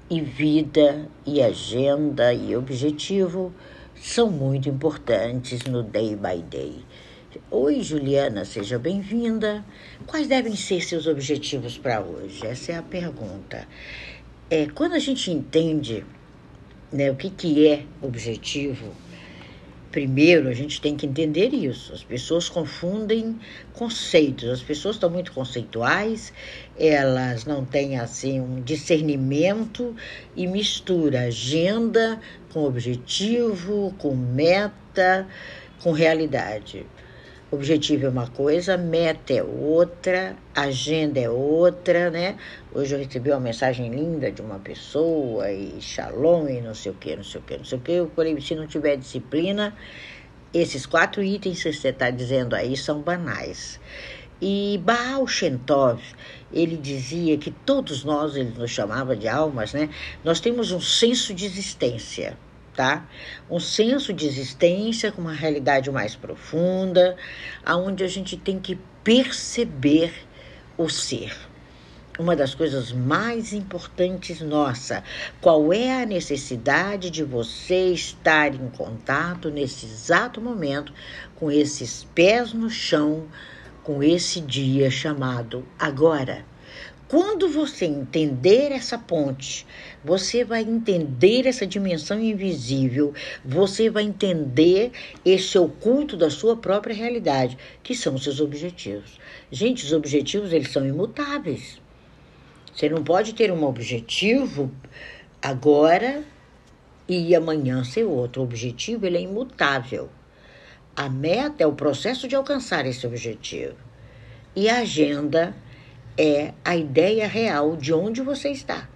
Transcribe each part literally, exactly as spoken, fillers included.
E vida, e agenda, e objetivo são muito importantes no day by day. Oi, Juliana, seja bem-vinda. Quais devem ser seus objetivos para hoje? Essa é a pergunta. É, quando a gente entende, né, o que, que é objetivo, primeiro a gente tem que entender isso. As pessoas confundem conceitos, as pessoas estão muito conceituais, elas não têm assim um discernimento e mistura agenda com objetivo, com meta, com realidade. Objetivo é uma coisa, meta é outra, agenda é outra, né? Hoje eu recebi uma mensagem linda de uma pessoa e shalom e não sei o que, não sei o que, não sei o que. Eu falei, se não tiver disciplina, esses quatro itens que você está dizendo aí são banais. E Baal Shem Tov, ele dizia que todos nós, ele nos chamava de almas, né? Nós temos um senso de existência. Tá? Um senso de existência com uma realidade mais profunda, aonde a gente tem que perceber o ser. Uma das coisas mais importantes nossa, qual é a necessidade de você estar em contato nesse exato momento com esses pés no chão, com esse dia chamado agora. Quando você entender essa ponte, você vai entender essa dimensão invisível, você vai entender esse oculto da sua própria realidade, que são os seus objetivos. Gente, os objetivos, eles são imutáveis. Você não pode ter um objetivo agora e amanhã ser outro. O objetivo, ele é imutável. A meta é o processo de alcançar esse objetivo. E a agenda é a ideia real de onde você está.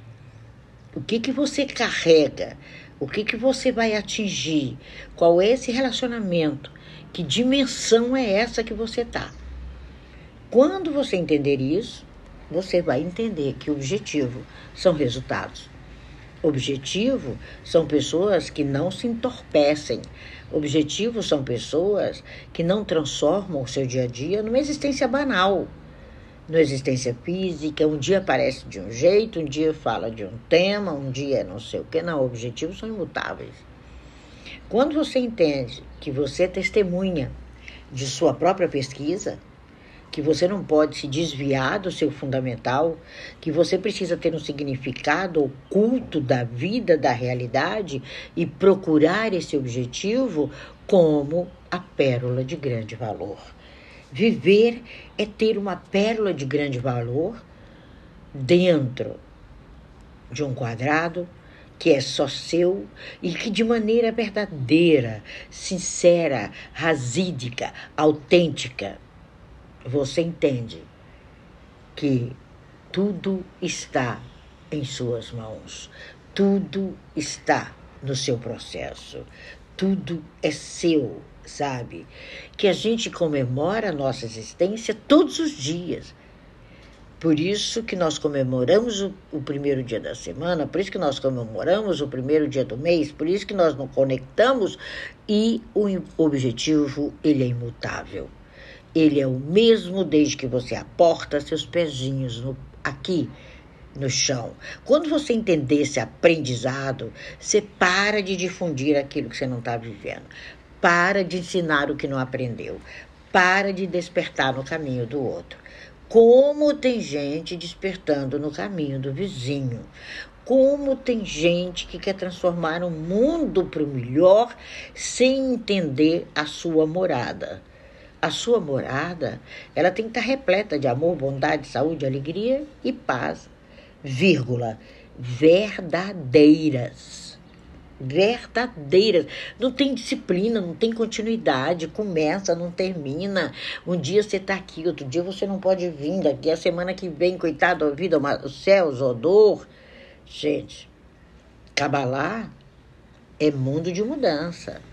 O que que você carrega? O que que você vai atingir? Qual é esse relacionamento? Que dimensão é essa que você está? Quando você entender isso, você vai entender que o objetivo são resultados. Objetivo são pessoas que não se entorpecem. Objetivo são pessoas que não transformam o seu dia a dia numa existência banal. Na existência física, um dia aparece de um jeito, um dia fala de um tema, um dia não sei o que, não, objetivos são imutáveis. Quando você entende que você é testemunha de sua própria pesquisa, que você não pode se desviar do seu fundamental, que você precisa ter um significado oculto da vida, da realidade e procurar esse objetivo como a pérola de grande valor. Viver é ter uma pérola de grande valor dentro de um quadrado que é só seu e que de maneira verdadeira, sincera, rasídica, autêntica, você entende que tudo está em suas mãos, tudo está no seu processo, tudo é seu. Sabe? Que a gente comemora a nossa existência todos os dias. Por isso que nós comemoramos o, o primeiro dia da semana, por isso que nós comemoramos o primeiro dia do mês, por isso que nós nos conectamos e o objetivo, ele é imutável. Ele é o mesmo desde que você aporta seus pezinhos no, aqui no chão. Quando você entender esse aprendizado, você para de difundir aquilo que você não está vivendo. Para de ensinar o que não aprendeu. Para de despertar no caminho do outro. Como tem gente despertando no caminho do vizinho. Como tem gente que quer transformar o mundo para o melhor sem entender a sua morada. A sua morada, ela tem que estar repleta de amor, bondade, saúde, alegria e paz. Vírgula. Verdadeiras. Verdadeiras. Não tem disciplina, não tem continuidade, começa, não termina. Um dia você está aqui, outro dia você não pode vir, daqui a semana que vem, coitado, a vida, os céus, odor. Gente, Cabalá é mundo de mudança.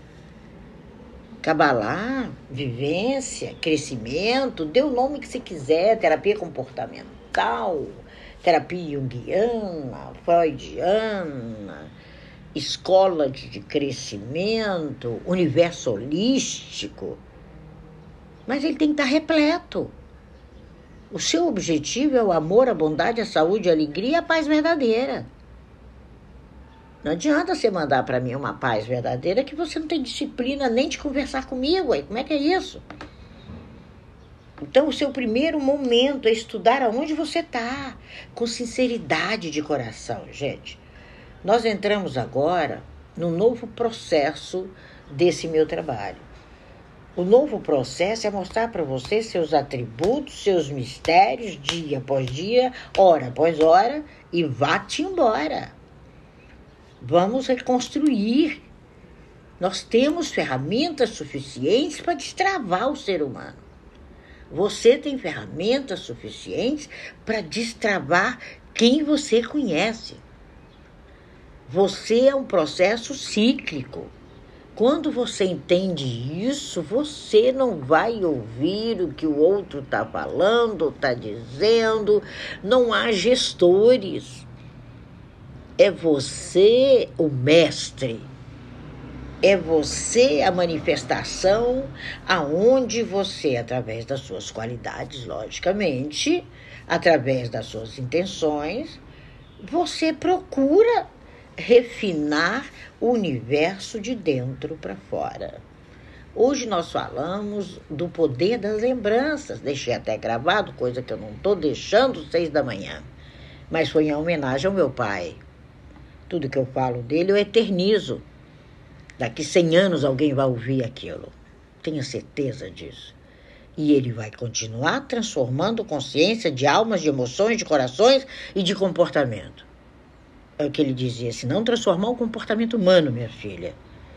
Cabalá, vivência, crescimento, dê o nome que você quiser, terapia comportamental, terapia junguiana, freudiana, escola de crescimento, universo holístico, mas ele tem que estar repleto. O seu objetivo é o amor, a bondade, a saúde, a alegria e a paz verdadeira. Não adianta você mandar para mim uma paz verdadeira que você não tem disciplina nem de conversar comigo. Aí, como é que é isso? Então, o seu primeiro momento é estudar aonde você está, com sinceridade de coração, gente. Nós entramos agora num novo processo desse meu trabalho. O novo processo é mostrar para você seus atributos, seus mistérios, dia após dia, hora após hora, e vá-te embora. Vamos reconstruir. Nós temos ferramentas suficientes para destravar o ser humano. Você tem ferramentas suficientes para destravar quem você conhece. Você é um processo cíclico. Quando você entende isso, você não vai ouvir o que o outro está falando, está dizendo. Não há gestores. É você o mestre. É você a manifestação aonde você, através das suas qualidades, logicamente, através das suas intenções, você procura refinar o universo de dentro para fora. Hoje nós falamos do poder das lembranças. Deixei até gravado, coisa que eu não estou deixando, seis da manhã. Mas foi em homenagem ao meu pai. Tudo que eu falo dele eu eternizo. Daqui cem anos alguém vai ouvir aquilo. Tenha certeza disso. E ele vai continuar transformando consciência de almas, de emoções, de corações e de comportamento. É o que ele dizia, se não transformar o comportamento humano, minha filha,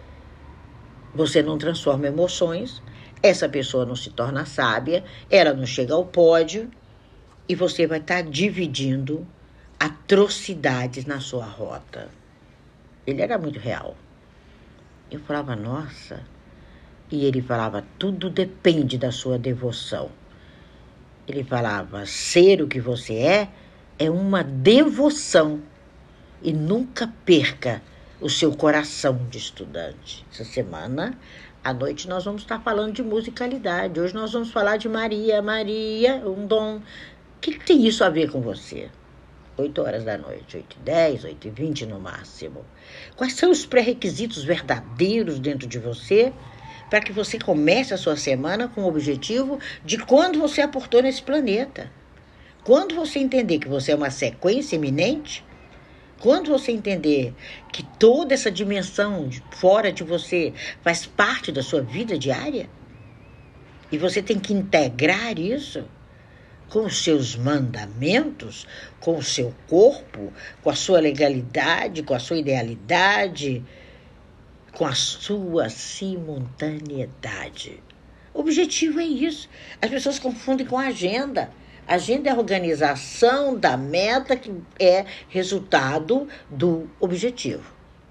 você não transforma emoções, essa pessoa não se torna sábia, ela não chega ao pódio e você vai estar dividindo atrocidades na sua rota. Ele era muito real. Eu falava, nossa, e ele falava, tudo depende da sua devoção. Ele falava, ser o que você é, é uma devoção. E nunca perca o seu coração de estudante. Essa semana, à noite, nós vamos estar falando de musicalidade. Hoje nós vamos falar de Maria. Maria, um dom. O que, que tem isso a ver com você? oito horas da noite, oito e dez, oito e vinte no máximo. Quais são os pré-requisitos verdadeiros dentro de você para que você comece a sua semana com o objetivo de quando você aportou nesse planeta? Quando você entender que você é uma sequência iminente, quando você entender que toda essa dimensão fora de você faz parte da sua vida diária, e você tem que integrar isso com os seus mandamentos, com o seu corpo, com a sua legalidade, com a sua idealidade, com a sua simultaneidade. O objetivo é isso. As pessoas confundem com agenda. Agenda é a organização da meta que é resultado do objetivo.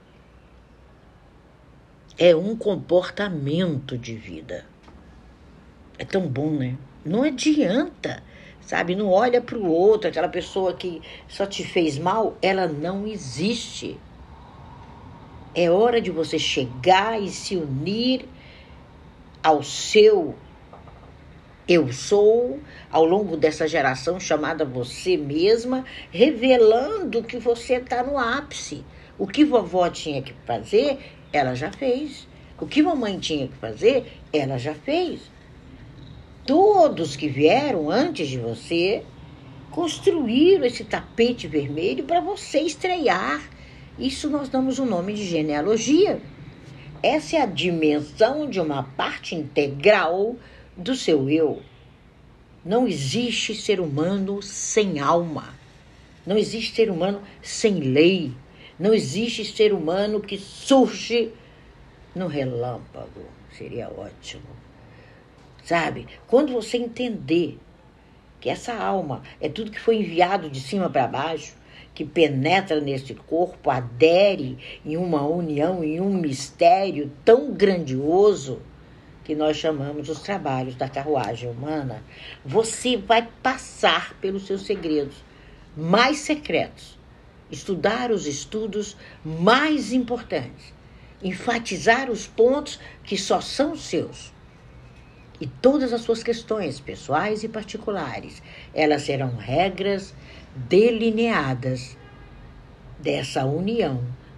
É um comportamento de vida. É tão bom, né? Não adianta, sabe? Não olha para o outro, aquela pessoa que só te fez mal, ela não existe. É hora de você chegar e se unir ao seu eu sou, ao longo dessa geração chamada você mesma, revelando que você está no ápice. O que vovó tinha que fazer, ela já fez. O que mamãe tinha que fazer, ela já fez. Todos que vieram antes de você construíram esse tapete vermelho para você estrear. Isso nós damos o nome de genealogia. Essa é a dimensão de uma parte integral do seu eu. Não existe ser humano sem alma. Não existe ser humano sem lei. Não existe ser humano que surge no relâmpago. Seria ótimo. Sabe? Quando você entender que essa alma é tudo que foi enviado de cima para baixo, que penetra nesse corpo, adere em uma união, em um mistério tão grandioso que nós chamamos os trabalhos da carruagem humana, você vai passar pelos seus segredos mais secretos, estudar os estudos mais importantes, enfatizar os pontos que só são seus. E todas as suas questões pessoais e particulares, elas serão regras delineadas dessa união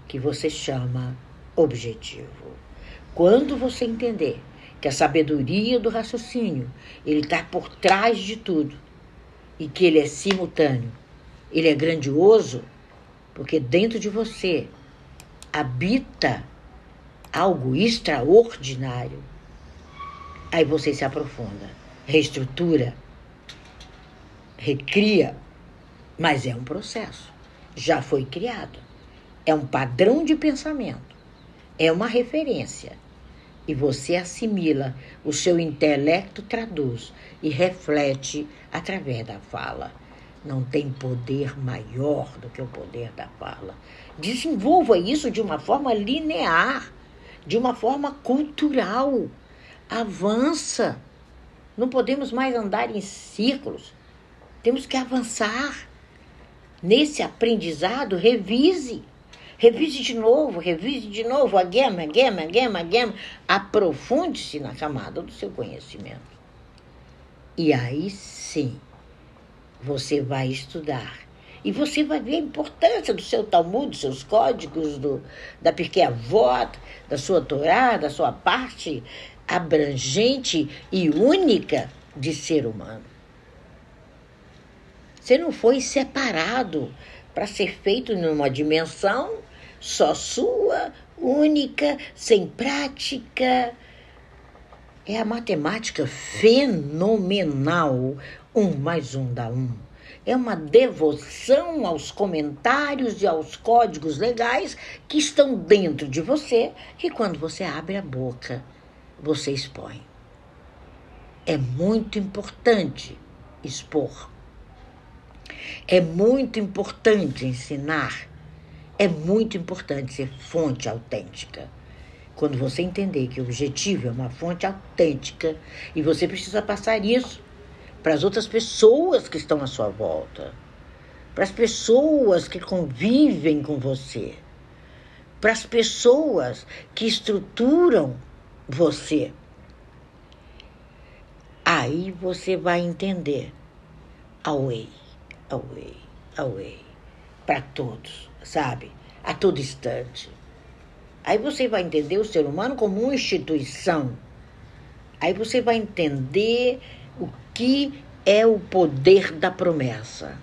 que você chama objetivo. Quando você entender que a sabedoria do raciocínio, ele está por trás de tudo e que ele é simultâneo, ele é grandioso, porque dentro de você habita algo extraordinário. Aí você se aprofunda, reestrutura, recria, mas é um processo, já foi criado. É um padrão de pensamento, é uma referência. E você assimila, o seu intelecto traduz e reflete através da fala. Não tem poder maior do que o poder da fala. Desenvolva isso de uma forma linear, de uma forma cultural. Avança. Não podemos mais andar em círculos. Temos que avançar. Nesse aprendizado, revise. Revise de novo, revise de novo, again, again, again, again. Aprofunde-se na camada do seu conhecimento. E aí sim, você vai estudar. E você vai ver a importância do seu Talmud, dos seus códigos, do, da Pirkei Avot, da sua Torá, da sua parte abrangente e única de ser humano. Você não foi separado para ser feito numa dimensão só sua, única, sem prática. É a matemática fenomenal. Um mais um dá um. É uma devoção aos comentários e aos códigos legais que estão dentro de você, que quando você abre a boca, você expõe. É muito importante expor. É muito importante ensinar. É muito importante ser fonte autêntica. Quando você entender que o objetivo é uma fonte autêntica e você precisa passar isso para as outras pessoas que estão à sua volta, para as pessoas que convivem com você, para as pessoas que estruturam você. Aí você vai entender a way, a way, a way, para todos, sabe? A todo instante. Aí você vai entender o ser humano como uma instituição. Aí você vai entender o que é o poder da promessa.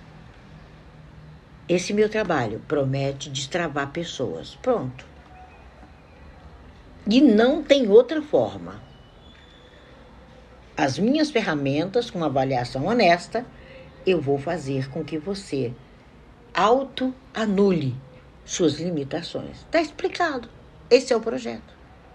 Esse meu trabalho promete destravar pessoas. Pronto. E não tem outra forma. As minhas ferramentas, com uma avaliação honesta, eu vou fazer com que você auto-anule suas limitações. Está explicado. Esse é o projeto.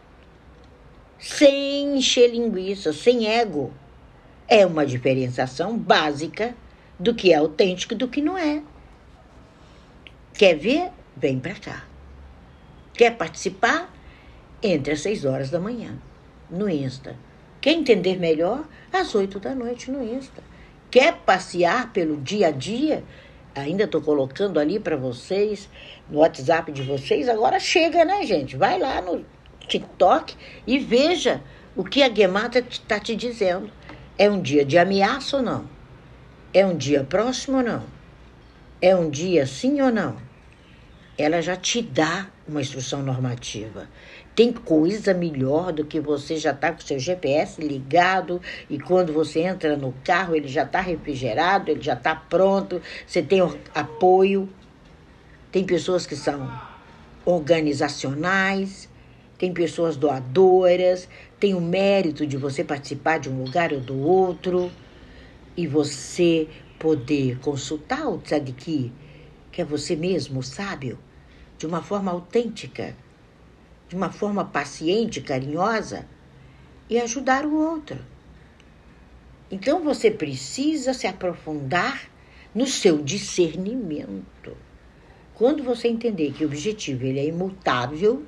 Sem encher linguiça, sem ego. É uma diferenciação básica do que é autêntico e do que não é. Quer ver? Vem pra cá. Quer participar? Entre às seis horas da manhã, no Insta. Quer entender melhor? Às oito da noite no Insta. Quer passear pelo dia a dia? Ainda estou colocando ali para vocês, no WhatsApp de vocês. Agora chega, né, gente? Vai lá no TikTok e veja o que a Gemata está te dizendo. É um dia de ameaça ou não? É um dia próximo ou não? É um dia sim ou não? Ela já te dá uma instrução normativa. Tem coisa melhor do que você já está com o seu G P S ligado e quando você entra no carro ele já está refrigerado, ele já está pronto, você tem apoio. Tem pessoas que são organizacionais, tem pessoas doadoras, tem o mérito de você participar de um lugar ou do outro e você poder consultar o tzadiki, que é você mesmo, o sábio, de uma forma autêntica, de uma forma paciente, carinhosa, e ajudar o outro. Então você precisa se aprofundar no seu discernimento. Quando você entender que o objetivo ele é imutável,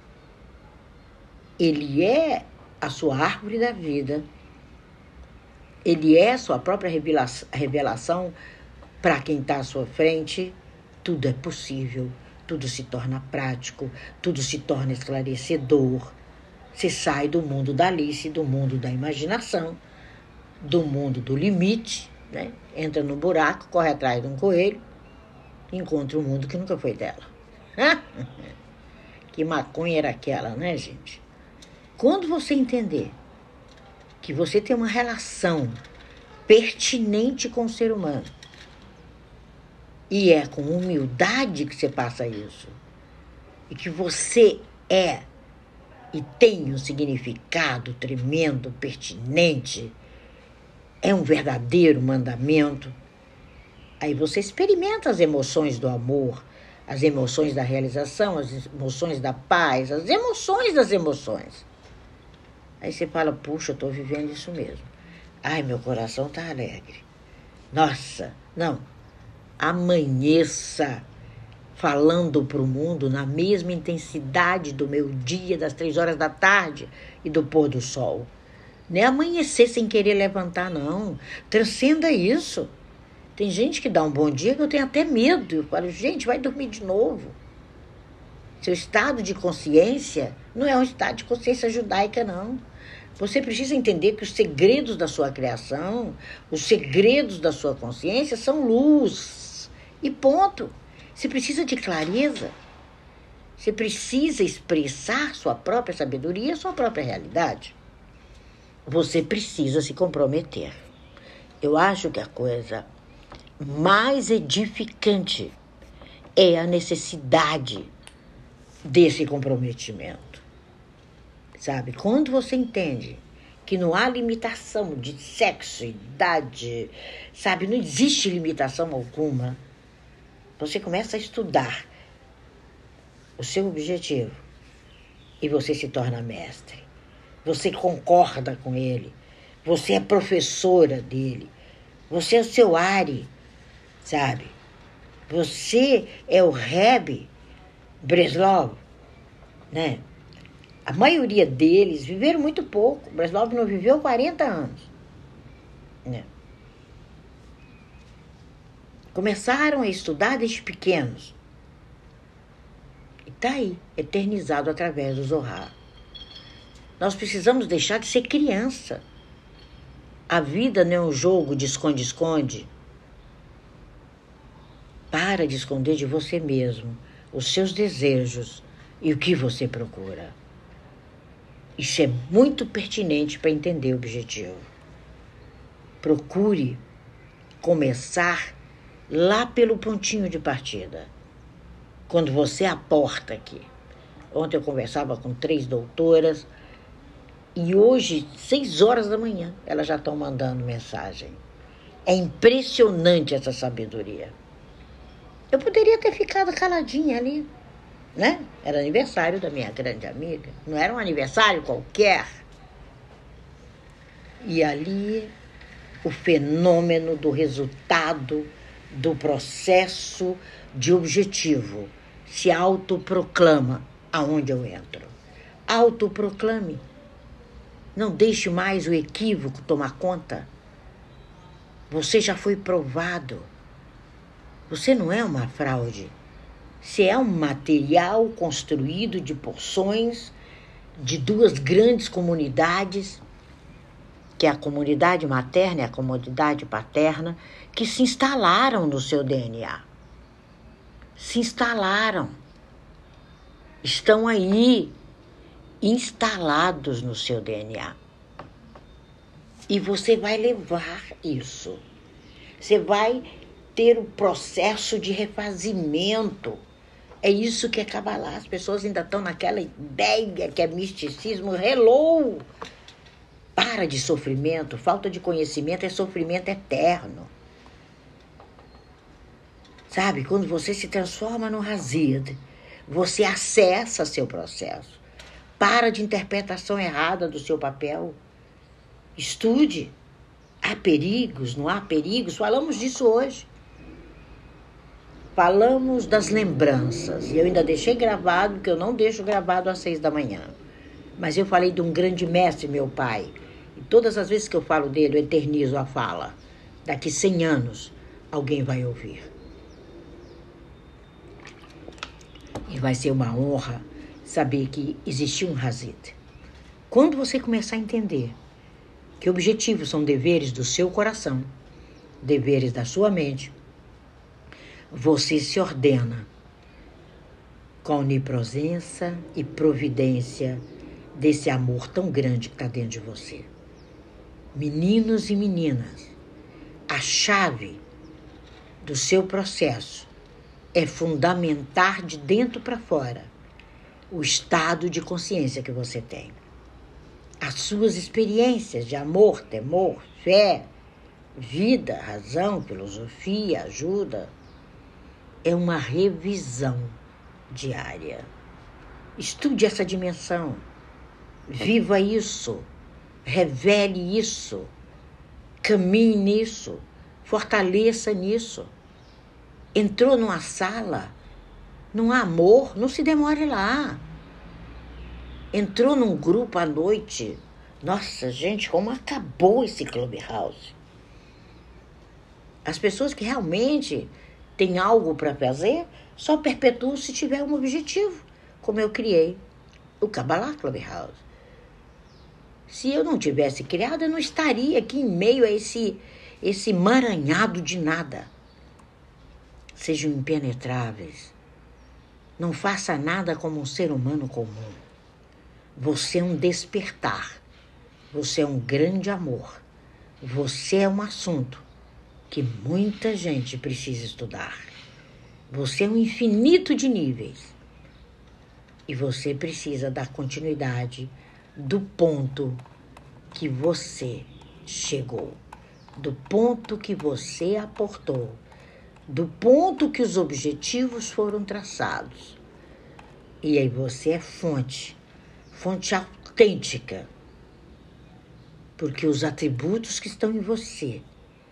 ele é a sua árvore da vida, ele é a sua própria revelação, revelação para quem está à sua frente, tudo é possível. Tudo se torna prático, tudo se torna esclarecedor. Você sai do mundo da Alice, do mundo da imaginação, do mundo do limite, né? Entra no buraco, corre atrás de um coelho, encontra um mundo que nunca foi dela. Que maconha era aquela, né, gente? Quando você entender que você tem uma relação pertinente com o ser humano, e é com humildade que você passa isso, e que você é e tem um significado tremendo, pertinente, é um verdadeiro mandamento, aí você experimenta as emoções do amor, as emoções da realização, as emoções da paz, as emoções das emoções. Aí você fala, puxa, eu estou vivendo isso mesmo. Ai, meu coração está alegre. Nossa, não. Amanheça falando para o mundo na mesma intensidade do meu dia, das três horas da tarde e do pôr do sol. Não é amanhecer sem querer levantar, não. Transcenda isso. Tem gente que dá um bom dia que eu tenho até medo. Eu falo, gente, vai dormir de novo. Seu estado de consciência não é um estado de consciência judaica, não. Você precisa entender que os segredos da sua criação, os segredos da sua consciência são luz. E ponto. Você precisa de clareza. Você precisa expressar sua própria sabedoria, sua própria realidade. Você precisa se comprometer. Eu acho que a coisa mais edificante é a necessidade desse comprometimento. Sabe? Quando você entende que não há limitação de sexo, idade, sabe? Não existe limitação alguma. Você começa a estudar o seu objetivo e você se torna mestre. Você concorda com ele. Você é professora dele. Você é o seu Ari, sabe? Você é o Rebbe Breslov, né? A maioria deles viveram muito pouco. Breslov não viveu quarenta anos, né? Começaram a estudar desde pequenos. E está aí, eternizado através do Zohar. Nós precisamos deixar de ser criança. A vida não é um jogo de esconde-esconde. Para de esconder de você mesmo os seus desejos e o que você procura. Isso é muito pertinente para entender o objetivo. Procure começar lá pelo pontinho de partida. Quando você aporta aqui. Ontem eu conversava com três doutoras e hoje, seis horas da manhã, elas já estão mandando mensagem. É impressionante essa sabedoria. Eu poderia ter ficado caladinha ali, né? Era aniversário da minha grande amiga. Não era um aniversário qualquer. E ali, o fenômeno do resultado do processo de objetivo se autoproclama aonde eu entro. Autoproclame. Não deixe mais o equívoco tomar conta. Você já foi provado. Você não é uma fraude. Você é um material construído de porções de duas grandes comunidades, que é a comunidade materna e a comunidade paterna, que se instalaram no seu D N A. Se instalaram. Estão aí, instalados no seu D N A. E você vai levar isso. Você vai ter o processo de refazimento. É isso que é Kabbalah. As pessoas ainda estão naquela ideia que é misticismo. Hello! Para de sofrimento. Falta de conhecimento é sofrimento eterno. Sabe? Quando você se transforma no Hazid, você acessa seu processo. Para de interpretação errada do seu papel. Estude. Há perigos, não há perigos? Falamos disso hoje. Falamos das lembranças. E eu ainda deixei gravado, que eu não deixo gravado às seis da manhã. Mas eu falei de um grande mestre, meu pai. E todas as vezes que eu falo dele, eu eternizo a fala. Daqui cem anos, alguém vai ouvir. E vai ser uma honra saber que existiu um Hazid. Quando você começar a entender que objetivos são deveres do seu coração, deveres da sua mente, você se ordena com a onipresença e providência desse amor tão grande que está dentro de você. Meninos e meninas, a chave do seu processo é fundamentar de dentro para fora o estado de consciência que você tem. As suas experiências de amor, temor, fé, vida, razão, filosofia, ajuda, é uma revisão diária. Estude essa dimensão, viva isso, revele isso, caminhe nisso, fortaleça nisso. Entrou numa sala, não há amor, não se demore lá. Entrou num grupo à noite, nossa, gente, como acabou esse Clubhouse. As pessoas que realmente têm algo para fazer, só perpetuam se tiver um objetivo, como eu criei o Kabbalah Clubhouse. Se eu não tivesse criado, eu não estaria aqui em meio a esse, esse emaranhado de nada. Sejam impenetráveis. Não faça nada como um ser humano comum. Você é um despertar. Você é um grande amor. Você é um assunto que muita gente precisa estudar. Você é um infinito de níveis. E você precisa dar continuidade do ponto que você chegou, do ponto que você aportou, do ponto que os objetivos foram traçados. E aí você é fonte, fonte autêntica, porque os atributos que estão em você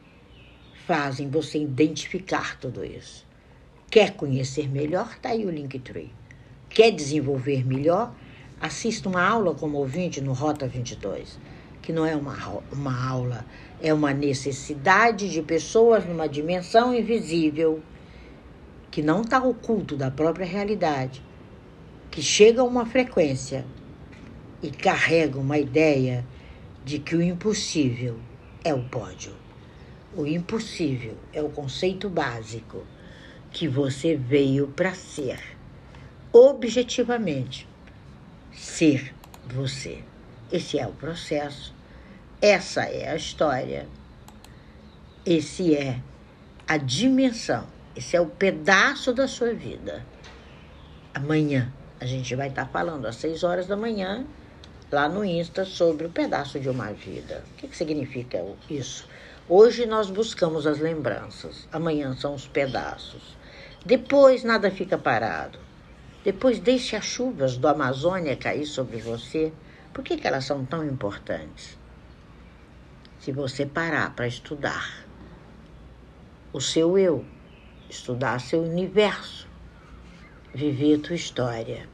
fazem você identificar tudo isso. Quer conhecer melhor? Está aí o Linktree. Quer desenvolver melhor? Assista uma aula como ouvinte no Rota vinte e dois, que não é uma, uma aula, é uma necessidade de pessoas numa dimensão invisível, que não está oculto da própria realidade, que chega a uma frequência e carrega uma ideia de que o impossível é o pódio. O impossível é o conceito básico que você veio para ser, objetivamente, ser você. Esse é o processo, essa é a história, esse é a dimensão, esse é o pedaço da sua vida. Amanhã a gente vai estar falando às seis horas da manhã, lá no Insta, sobre o pedaço de uma vida. O que, que significa isso? Hoje nós buscamos as lembranças, amanhã são os pedaços. Depois nada fica parado. Depois deixe as chuvas do Amazônia cair sobre você. Por que, que elas são tão importantes? Se você parar para estudar o seu eu, estudar seu universo, viver a tua história,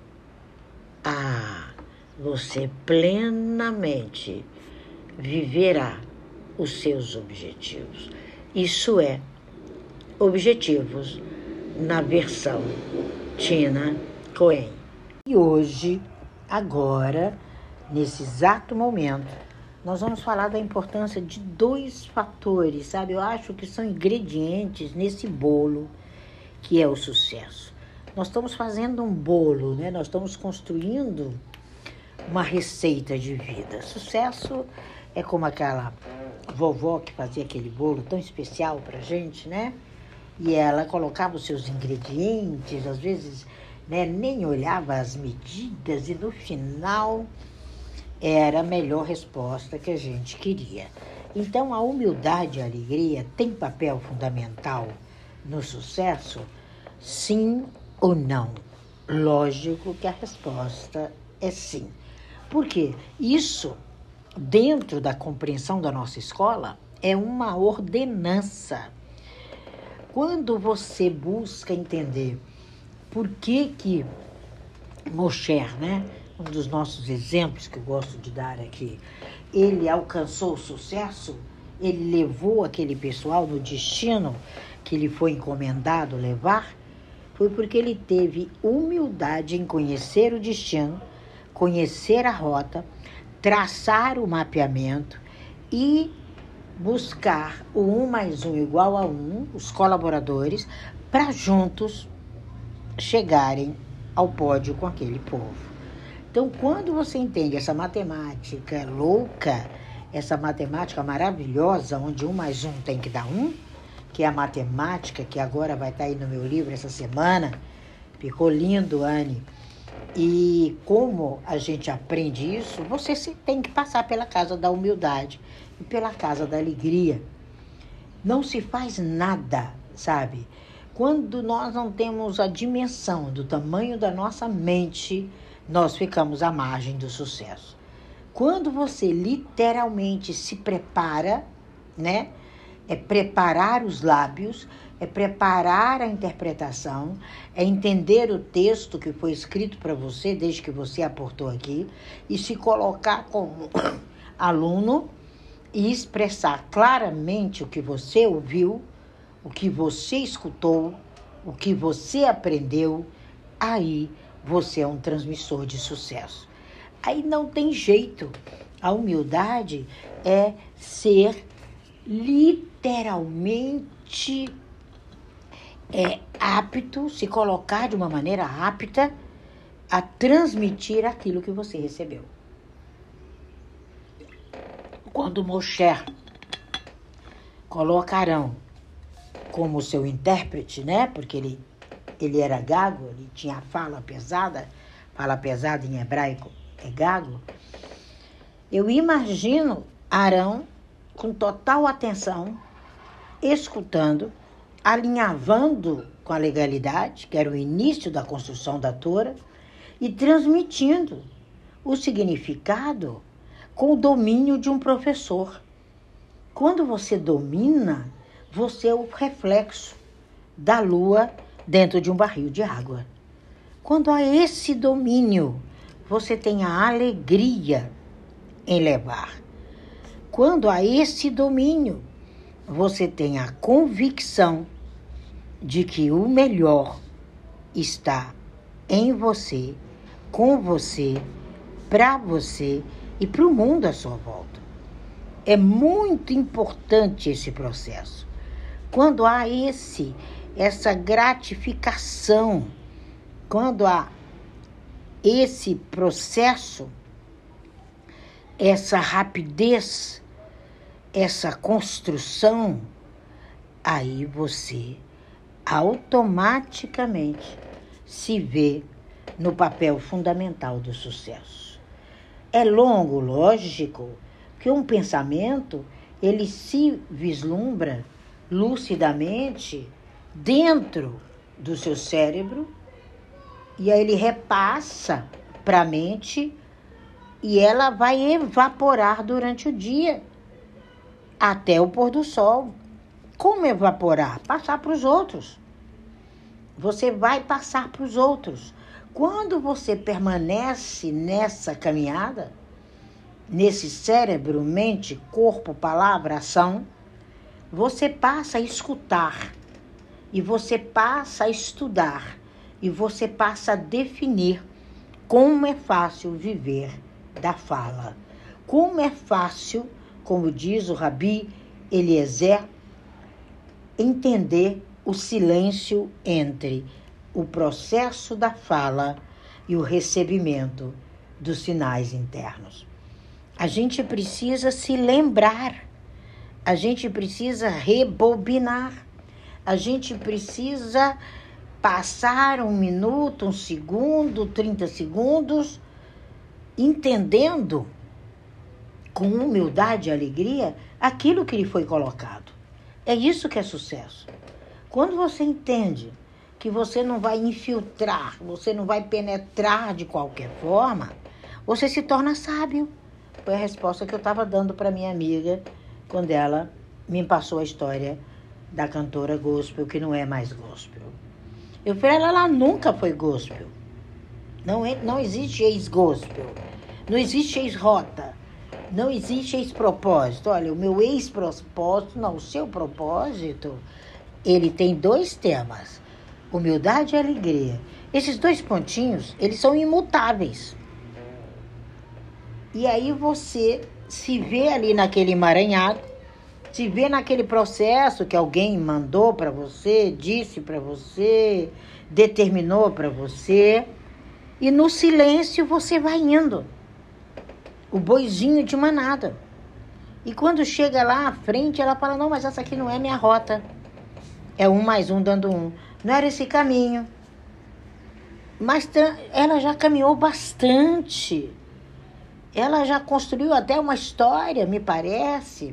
ah, você plenamente viverá os seus objetivos. Isso é Objetivos na versão Tina Cohen. E hoje, agora, nesse exato momento, nós vamos falar da importância de dois fatores, sabe? Eu acho que são ingredientes nesse bolo que é o sucesso. Nós estamos fazendo um bolo, né? Nós estamos construindo uma receita de vida. Sucesso é como aquela vovó que fazia aquele bolo tão especial pra gente, né? E ela colocava os seus ingredientes, às vezes, né, nem olhava as medidas, e no final era a melhor resposta que a gente queria. Então, a humildade e a alegria têm papel fundamental no sucesso? Sim ou não? Lógico que a resposta é sim. Por quê? Isso, dentro da compreensão da nossa escola, é uma ordenança. Quando você busca entender por que que Moshe, né, um dos nossos exemplos que eu gosto de dar aqui, ele alcançou o sucesso, ele levou aquele pessoal no destino que lhe foi encomendado levar, foi porque ele teve humildade em conhecer o destino, conhecer a rota, traçar o mapeamento e buscar o um mais um igual a um, os colaboradores, para juntos chegarem ao pódio com aquele povo. Então, quando você entende essa matemática louca, essa matemática maravilhosa, onde um mais um tem que dar um, que é a matemática, que agora vai estar aí no meu livro essa semana, ficou lindo, Anne. E como a gente aprende isso, você tem que passar pela casa da humildade e pela casa da alegria. Não se faz nada, sabe? Quando nós não temos a dimensão do tamanho da nossa mente, nós ficamos à margem do sucesso. Quando você literalmente se prepara, né? É preparar os lábios, é preparar a interpretação, é entender o texto que foi escrito para você, desde que você aportou aqui, e se colocar como aluno e expressar claramente o que você ouviu, o que você escutou, o que você aprendeu, aí você é um transmissor de sucesso. Aí não tem jeito. A humildade é ser literalmente é, apto, se colocar de uma maneira apta a transmitir aquilo que você recebeu. Quando Moshe coloca Arão como seu intérprete, né? Porque ele, ele era gago, ele tinha a fala pesada, fala pesada em hebraico é gago. Eu imagino Arão com total atenção, escutando, alinhavando com a legalidade, que era o início da construção da Torá, e transmitindo o significado com o domínio de um professor. Quando você domina, você é o reflexo da lua dentro de um barril de água. Quando há esse domínio, você tem a alegria em levar. Quando há esse domínio, você tem a convicção de que o melhor está em você, com você, para você e para o mundo à sua volta. É muito importante esse processo. Quando há esse, essa gratificação, quando há esse processo, essa rapidez, essa construção, aí você automaticamente se vê no papel fundamental do sucesso. É longo, lógico, que um pensamento, ele se vislumbra lucidamente dentro do seu cérebro e aí ele repassa para a mente e ela vai evaporar durante o dia até o pôr do sol. Como evaporar? Passar para os outros. Você vai passar para os outros. Quando você permanece nessa caminhada, nesse cérebro, mente, corpo, palavra, ação, você passa a escutar, e você passa a estudar, e você passa a definir como é fácil viver da fala. Como é fácil, como diz o Rabi Eliezer, entender o silêncio entre o processo da fala e o recebimento dos sinais internos. A gente precisa se lembrar, a gente precisa rebobinar, a gente precisa passar um minuto, um segundo, trinta segundos, entendendo com humildade e alegria aquilo que lhe foi colocado. É isso que é sucesso. Quando você entende que você não vai infiltrar, você não vai penetrar de qualquer forma, você se torna sábio. Foi a resposta que eu estava dando para minha amiga quando ela me passou a história da cantora gospel, que não é mais gospel. Eu falei, ela, ela nunca foi gospel. Não, é, não existe ex-gospel. Não existe ex-rota. Não existe ex-propósito. Olha, o meu ex-propósito, não, o seu propósito, ele tem dois temas. Humildade e alegria. Esses dois pontinhos, eles são imutáveis. E aí você se vê ali naquele emaranhado, se vê naquele processo que alguém mandou para você, disse para você, determinou para você, E no silêncio você vai indo. O boizinho de manada. E quando chega lá à frente, ela fala, não, mas essa aqui não é minha rota. É um mais um dando um. Não era esse caminho. Mas ela já caminhou bastante. Ela já construiu até uma história, me parece.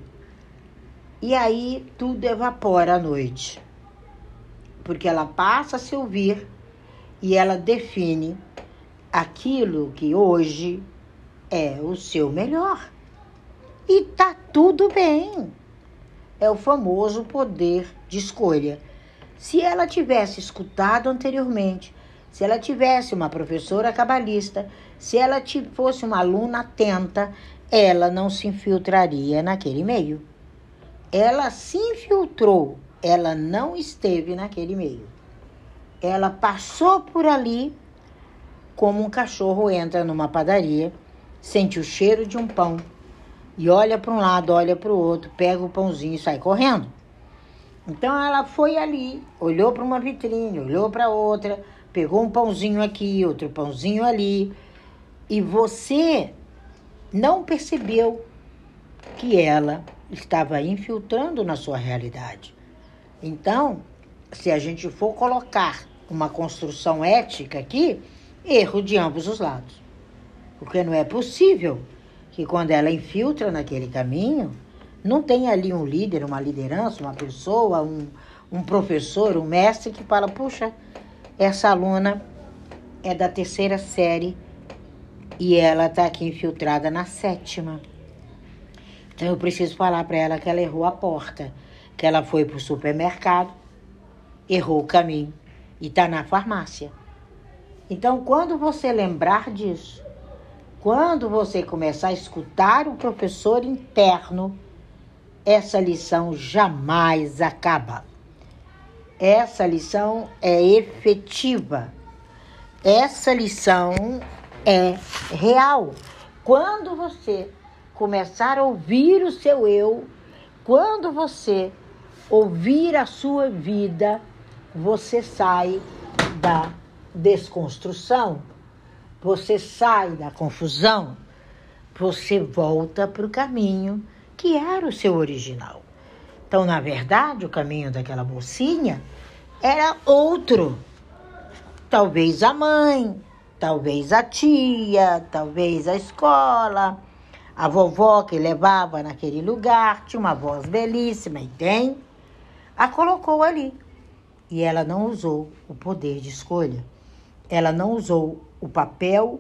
E aí tudo evapora à noite. Porque ela passa a se ouvir e ela define aquilo que hoje é o seu melhor. E tá tudo bem. É o famoso poder de escolha. Se ela tivesse escutado anteriormente, se ela tivesse uma professora cabalista, se ela fosse uma aluna atenta, ela não se infiltraria naquele meio. Ela se infiltrou, ela não esteve naquele meio. Ela passou por ali como um cachorro entra numa padaria, sente o cheiro de um pão e olha para um lado, olha para o outro, pega o pãozinho e sai correndo. Então ela foi ali, olhou para uma vitrine, olhou para outra, pegou um pãozinho aqui, outro pãozinho ali, e você não percebeu que ela estava infiltrando na sua realidade. Então, se a gente for colocar uma construção ética aqui, erro de ambos os lados. Porque não é possível que quando ela infiltra naquele caminho, não tem ali um líder, uma liderança, uma pessoa, um, um professor, um mestre que fala, puxa, essa aluna é da terceira série e ela está aqui infiltrada na sétima. Então eu preciso falar para ela que ela errou a porta, que ela foi para o supermercado, errou o caminho e está na farmácia. Então quando você lembrar disso, quando você começar a escutar o professor interno, essa lição jamais acaba. Essa lição é efetiva. Essa lição é real. Quando você começar a ouvir o seu eu, quando você ouvir a sua vida, você sai da desconstrução, você sai da confusão, você volta para o caminho que era o seu original. Então, na verdade, o caminho daquela mocinha era outro. Talvez a mãe, talvez a tia, talvez a escola, a vovó que levava naquele lugar, tinha uma voz belíssima e tem, a colocou ali. E ela não usou o poder de escolha. Ela não usou o papel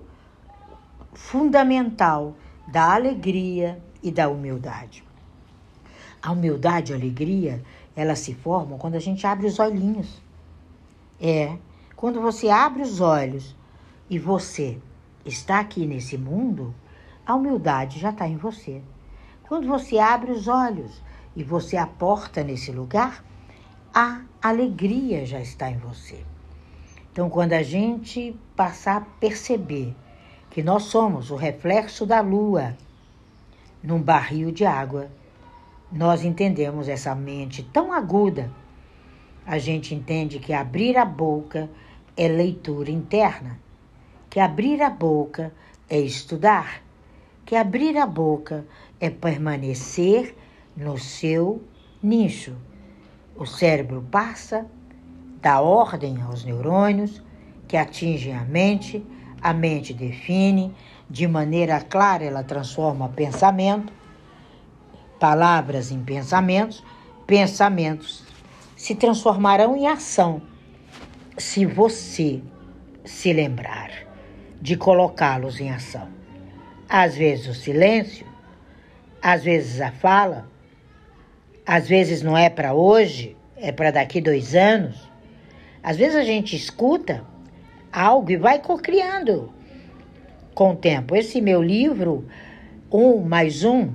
fundamental da alegria e da humildade. A humildade e a alegria, elas se formam quando a gente abre os olhinhos. É, quando você abre os olhos e você está aqui nesse mundo, a humildade já está em você. Quando você abre os olhos e você aporta nesse lugar, a alegria já está em você. Então, quando a gente passar a perceber que nós somos o reflexo da lua num barril de água, nós entendemos essa mente tão aguda. A gente entende que abrir a boca é leitura interna, que abrir a boca é estudar, que abrir a boca é permanecer no seu nicho. O cérebro passa, dá ordem aos neurônios que atingem a mente, a mente define, de maneira clara ela transforma pensamento, palavras em pensamentos, pensamentos se transformarão em ação se você se lembrar de colocá-los em ação. Às vezes o silêncio, às vezes a fala, às vezes não é para hoje, é para daqui dois anos. Às vezes a gente escuta algo e vai cocriando com o tempo. Esse meu livro, Um mais Um,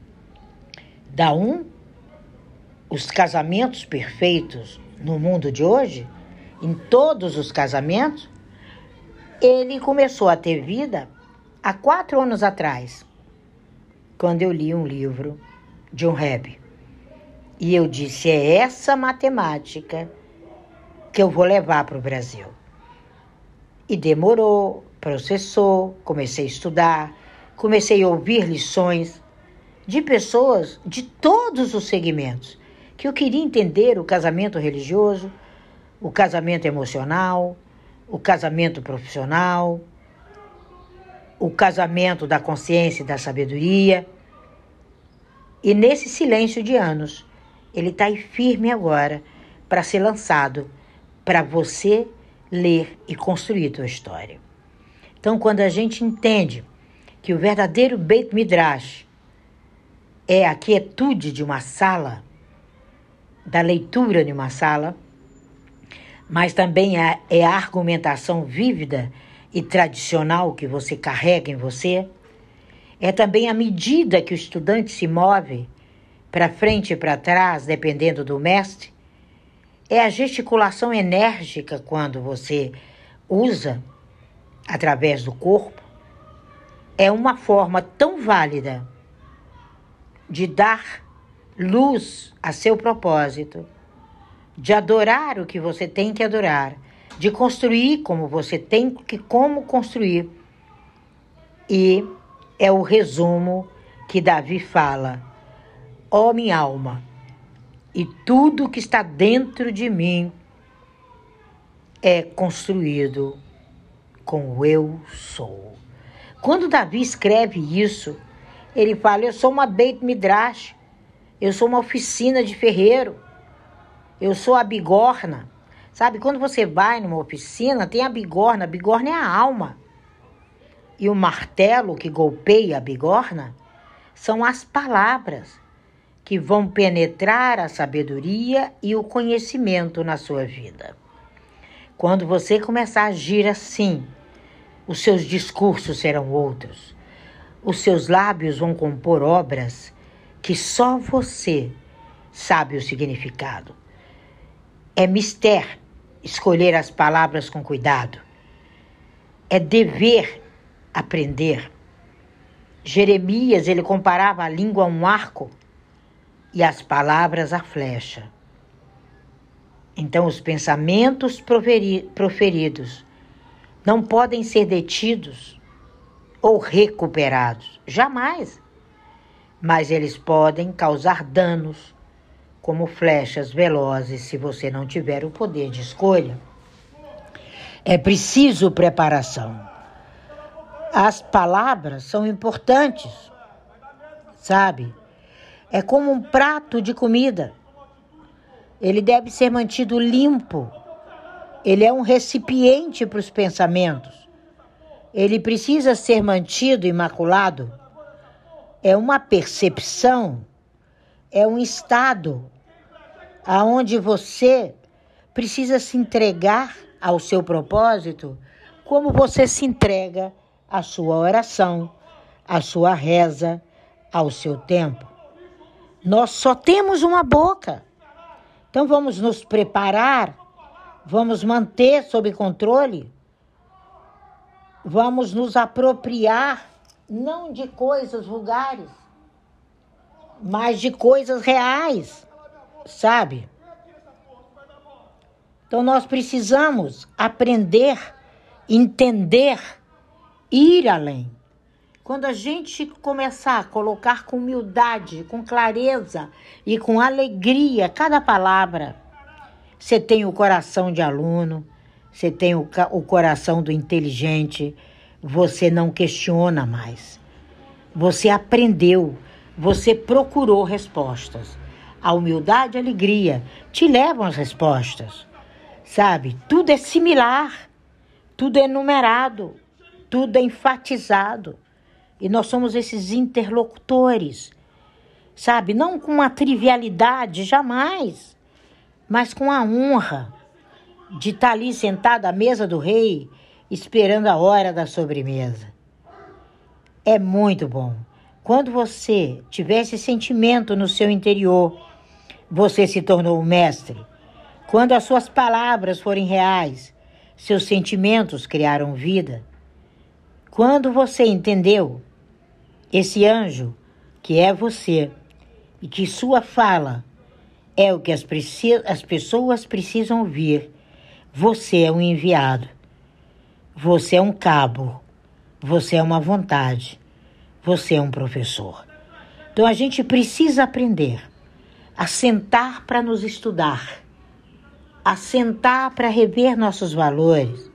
dá um, os casamentos perfeitos no mundo de hoje, em todos os casamentos, ele começou a ter vida há quatro anos atrás, quando eu li um livro de um Rebbe. E eu disse, é essa matemática que eu vou levar para o Brasil. E demorou processou, comecei a estudar, comecei a ouvir lições de pessoas de todos os segmentos, que eu queria entender o casamento religioso, o casamento emocional, o casamento profissional, o casamento da consciência e da sabedoria. E nesse silêncio de anos, ele está aí firme agora para ser lançado, para você ler e construir a sua história. Então, quando a gente entende que o verdadeiro Beit Midrash é a quietude de uma sala, da leitura de uma sala, mas também é, é a argumentação vívida e tradicional que você carrega em você, é também a medida que o estudante se move para frente e para trás, dependendo do mestre, é a gesticulação enérgica quando você usa através do corpo, é uma forma tão válida de dar luz a seu propósito, de adorar o que você tem que adorar, de construir como você tem que como construir. E é o resumo que Davi fala: ó minha alma, e tudo que está dentro de mim é construído com o eu sou. Quando Davi escreve isso, ele fala: eu sou uma Beit Midrash, eu sou uma oficina de ferreiro, eu sou a bigorna. Sabe, quando você vai numa oficina, tem a bigorna, a bigorna é a alma. E o martelo que golpeia a bigorna são as palavras que vão penetrar a sabedoria e o conhecimento na sua vida. Quando você começar a agir assim, os seus discursos serão outros. Os seus lábios vão compor obras que só você sabe o significado. É mistério escolher as palavras com cuidado. É dever aprender. Jeremias, ele comparava a língua a um arco e as palavras a flecha. Então, os pensamentos proferidos não podem ser detidos ou recuperados, jamais. Mas eles podem causar danos, como flechas velozes, se você não tiver o poder de escolha. É preciso preparação. As palavras são importantes, sabe? É como um prato de comida. Ele deve ser mantido limpo. Ele é um recipiente para os pensamentos. Ele precisa ser mantido imaculado. É uma percepção, é um estado aonde você precisa se entregar ao seu propósito, como você se entrega à sua oração, à sua reza, ao seu tempo. Nós só temos uma boca. Então vamos nos preparar, vamos manter sob controle, vamos nos apropriar não de coisas vulgares, mas de coisas reais, sabe? Então nós precisamos aprender, entender, ir além. Quando a gente começar a colocar com humildade, com clareza e com alegria cada palavra, você tem o coração de aluno, você tem o, o coração do inteligente, você não questiona mais. Você aprendeu, você procurou respostas. A humildade e a alegria te levam às respostas. Sabe, tudo é similar, tudo é numerado, tudo é enfatizado. E nós somos esses interlocutores, sabe? Não com uma trivialidade, jamais, mas com a honra de estar ali sentado à mesa do rei, esperando a hora da sobremesa. É muito bom. Quando você tiver esse sentimento no seu interior, você se tornou um mestre. Quando as suas palavras forem reais, seus sentimentos criaram vida. Quando você entendeu esse anjo que é você e que sua fala é o que as, preci- as pessoas precisam ouvir, você é um enviado. Você é um cabo, você é uma vontade, você é um professor. Então a gente precisa aprender a sentar para nos estudar, a sentar para rever nossos valores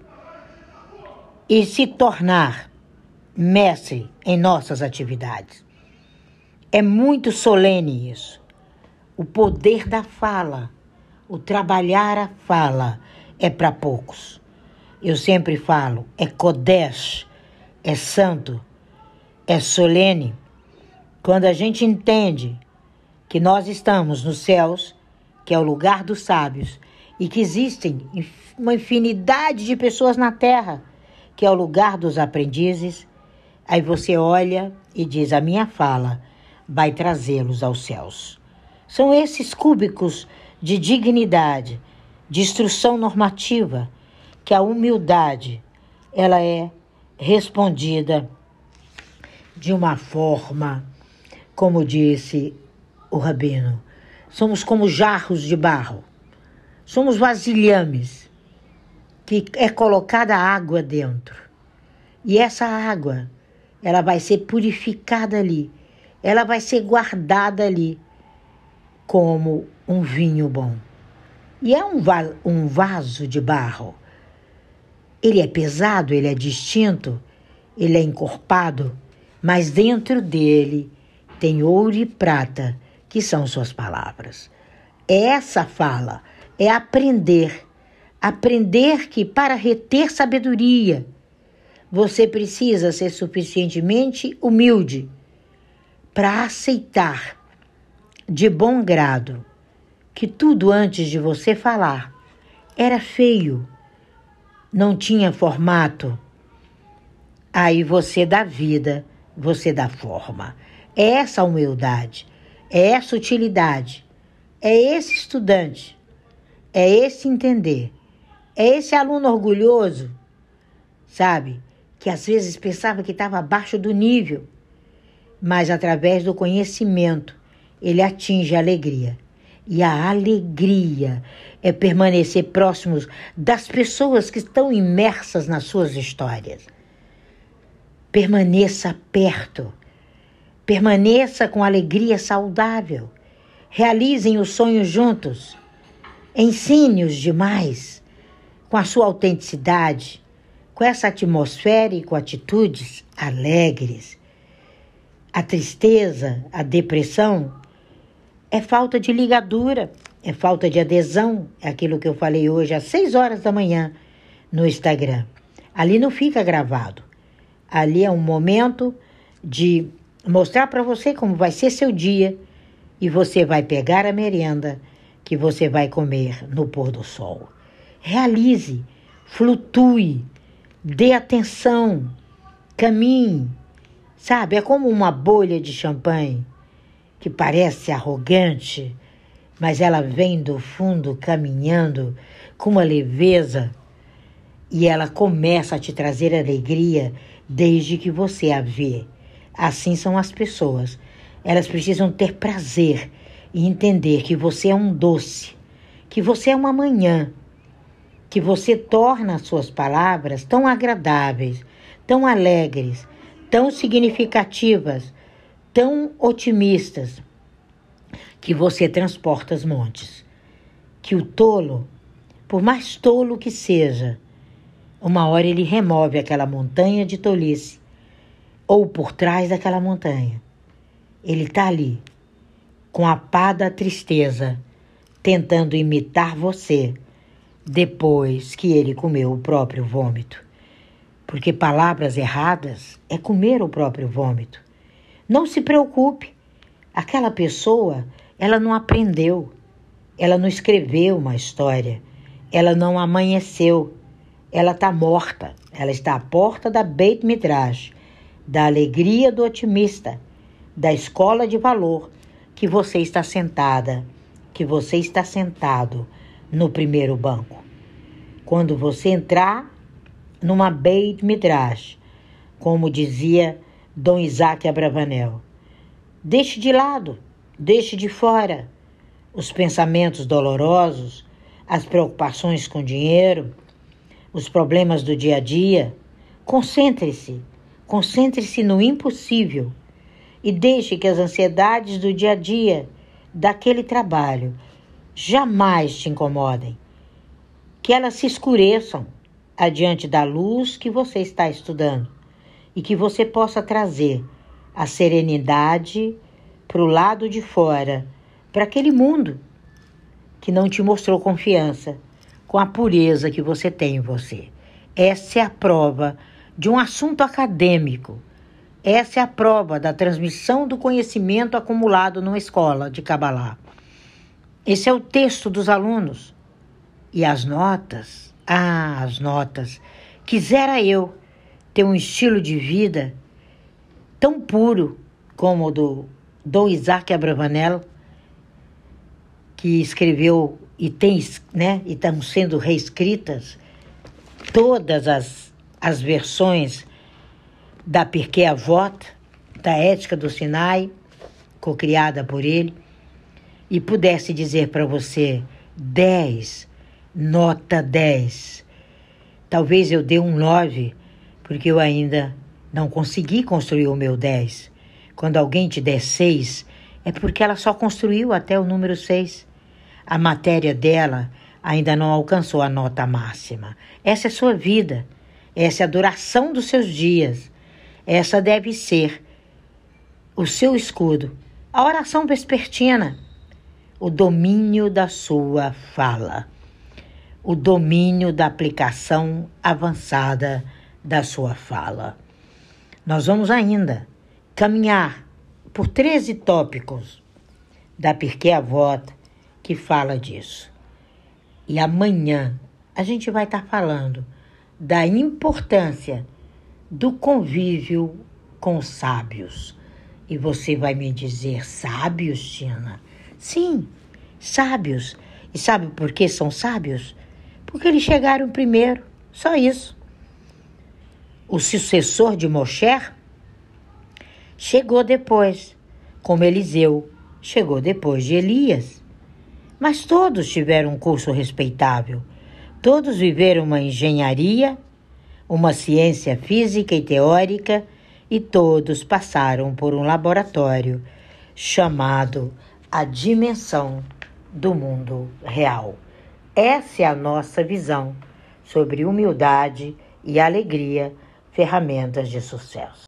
e se tornar mestre em nossas atividades. É muito solene isso. O poder da fala, o trabalhar a fala é para poucos. Eu sempre falo, é Kodesh, é santo, é solene. Quando a gente entende que nós estamos nos céus, que é o lugar dos sábios, e que existem uma infinidade de pessoas na terra, que é o lugar dos aprendizes, aí você olha e diz, a minha fala vai trazê-los aos céus. São esses cúbicos de dignidade, de instrução normativa, que a humildade, ela é respondida de uma forma, como disse o Rabino, somos como jarros de barro, somos vasilhames, que é colocada água dentro. E essa água, ela vai ser purificada ali, ela vai ser guardada ali como um vinho bom. E é um, va- um vaso de barro. Ele é pesado, ele é distinto, ele é encorpado, mas dentro dele tem ouro e prata, que são suas palavras. Essa fala é aprender, aprender que para reter sabedoria, você precisa ser suficientemente humilde para aceitar de bom grado que tudo antes de você falar era feio, não tinha formato. Aí você dá vida, você dá forma. É essa humildade, é essa utilidade, é esse estudante, é esse entender, é esse aluno orgulhoso, sabe? Que às vezes pensava que estava abaixo do nível, mas através do conhecimento ele atinge a alegria. E a alegria é permanecer próximos das pessoas que estão imersas nas suas histórias. Permaneça perto, permaneça com alegria saudável, realizem os sonhos juntos, ensine-os demais com a sua autenticidade, com essa atmosfera e com atitudes alegres. A tristeza, a depressão é falta de ligadura, é falta de adesão, é aquilo que eu falei hoje às seis horas da manhã no Instagram. Ali não fica gravado. Ali é um momento de mostrar para você como vai ser seu dia e você vai pegar a merenda que você vai comer no pôr do sol. Realize, flutue, dê atenção, caminhe. Sabe, é como uma bolha de champanhe que parece arrogante, mas ela vem do fundo caminhando com uma leveza e ela começa a te trazer alegria desde que você a vê. Assim são as pessoas. Elas precisam ter prazer e entender que você é um doce, que você é uma manhã, que você torna as suas palavras tão agradáveis, tão alegres, tão significativas, tão otimistas, que você transporta os montes. Que o tolo, por mais tolo que seja, uma hora ele remove aquela montanha de tolice, ou por trás daquela montanha. Ele está ali, com a pá da tristeza, tentando imitar você, depois que ele comeu o próprio vômito. Porque palavras erradas é comer o próprio vômito. Não se preocupe, aquela pessoa, ela não aprendeu, ela não escreveu uma história, ela não amanheceu, ela está morta, ela está à porta da Beit Midrash, da alegria do otimista, da escola de valor, que você está sentada, que você está sentado no primeiro banco. Quando você entrar numa Beit Midrash, como dizia Dom Isaac Abravanel, deixe de lado, deixe de fora os pensamentos dolorosos, as preocupações com dinheiro, os problemas do dia a dia, concentre-se, concentre-se no impossível e deixe que as ansiedades do dia a dia, daquele trabalho, jamais te incomodem, que elas se escureçam adiante da luz que você está estudando e que você possa trazer a serenidade para o lado de fora, para aquele mundo que não te mostrou confiança, com a pureza que você tem em você. Essa é a prova de um assunto acadêmico. Essa é a prova da transmissão do conhecimento acumulado numa escola de Kabbalah. Esse é o texto dos alunos. E as notas, ah, as notas. Quisera eu ter um estilo de vida tão puro como o do Dom Isaac Abravanel, que escreveu e tem, né, e estão sendo reescritas todas as, as versões da Pirkei Avot, da Ética do Sinai, cocriada por ele, e pudesse dizer para você dez, nota dez. Talvez eu dê um nove, porque eu ainda não consegui construir o meu dez. Quando alguém te der seis, é porque ela só construiu até o número seis. A matéria dela ainda não alcançou a nota máxima. Essa é sua vida. Essa é a duração dos seus dias. Essa deve ser o seu escudo. A oração vespertina. O domínio da sua fala. O domínio da aplicação avançada da sua fala. Nós vamos ainda caminhar por treze tópicos da Pirkei Avot que fala disso. E amanhã a gente vai estar falando da importância do convívio com sábios. E você vai me dizer, sábios, Tina? Sim, sábios. E sabe por que são sábios? Porque eles chegaram primeiro, só isso. O sucessor de Moshe chegou depois, como Eliseu chegou depois de Elias. Mas todos tiveram um curso respeitável. Todos viveram uma engenharia, uma ciência física e teórica, e todos passaram por um laboratório chamado a dimensão do mundo real. Essa é a nossa visão sobre humildade e alegria, ferramentas de sucesso.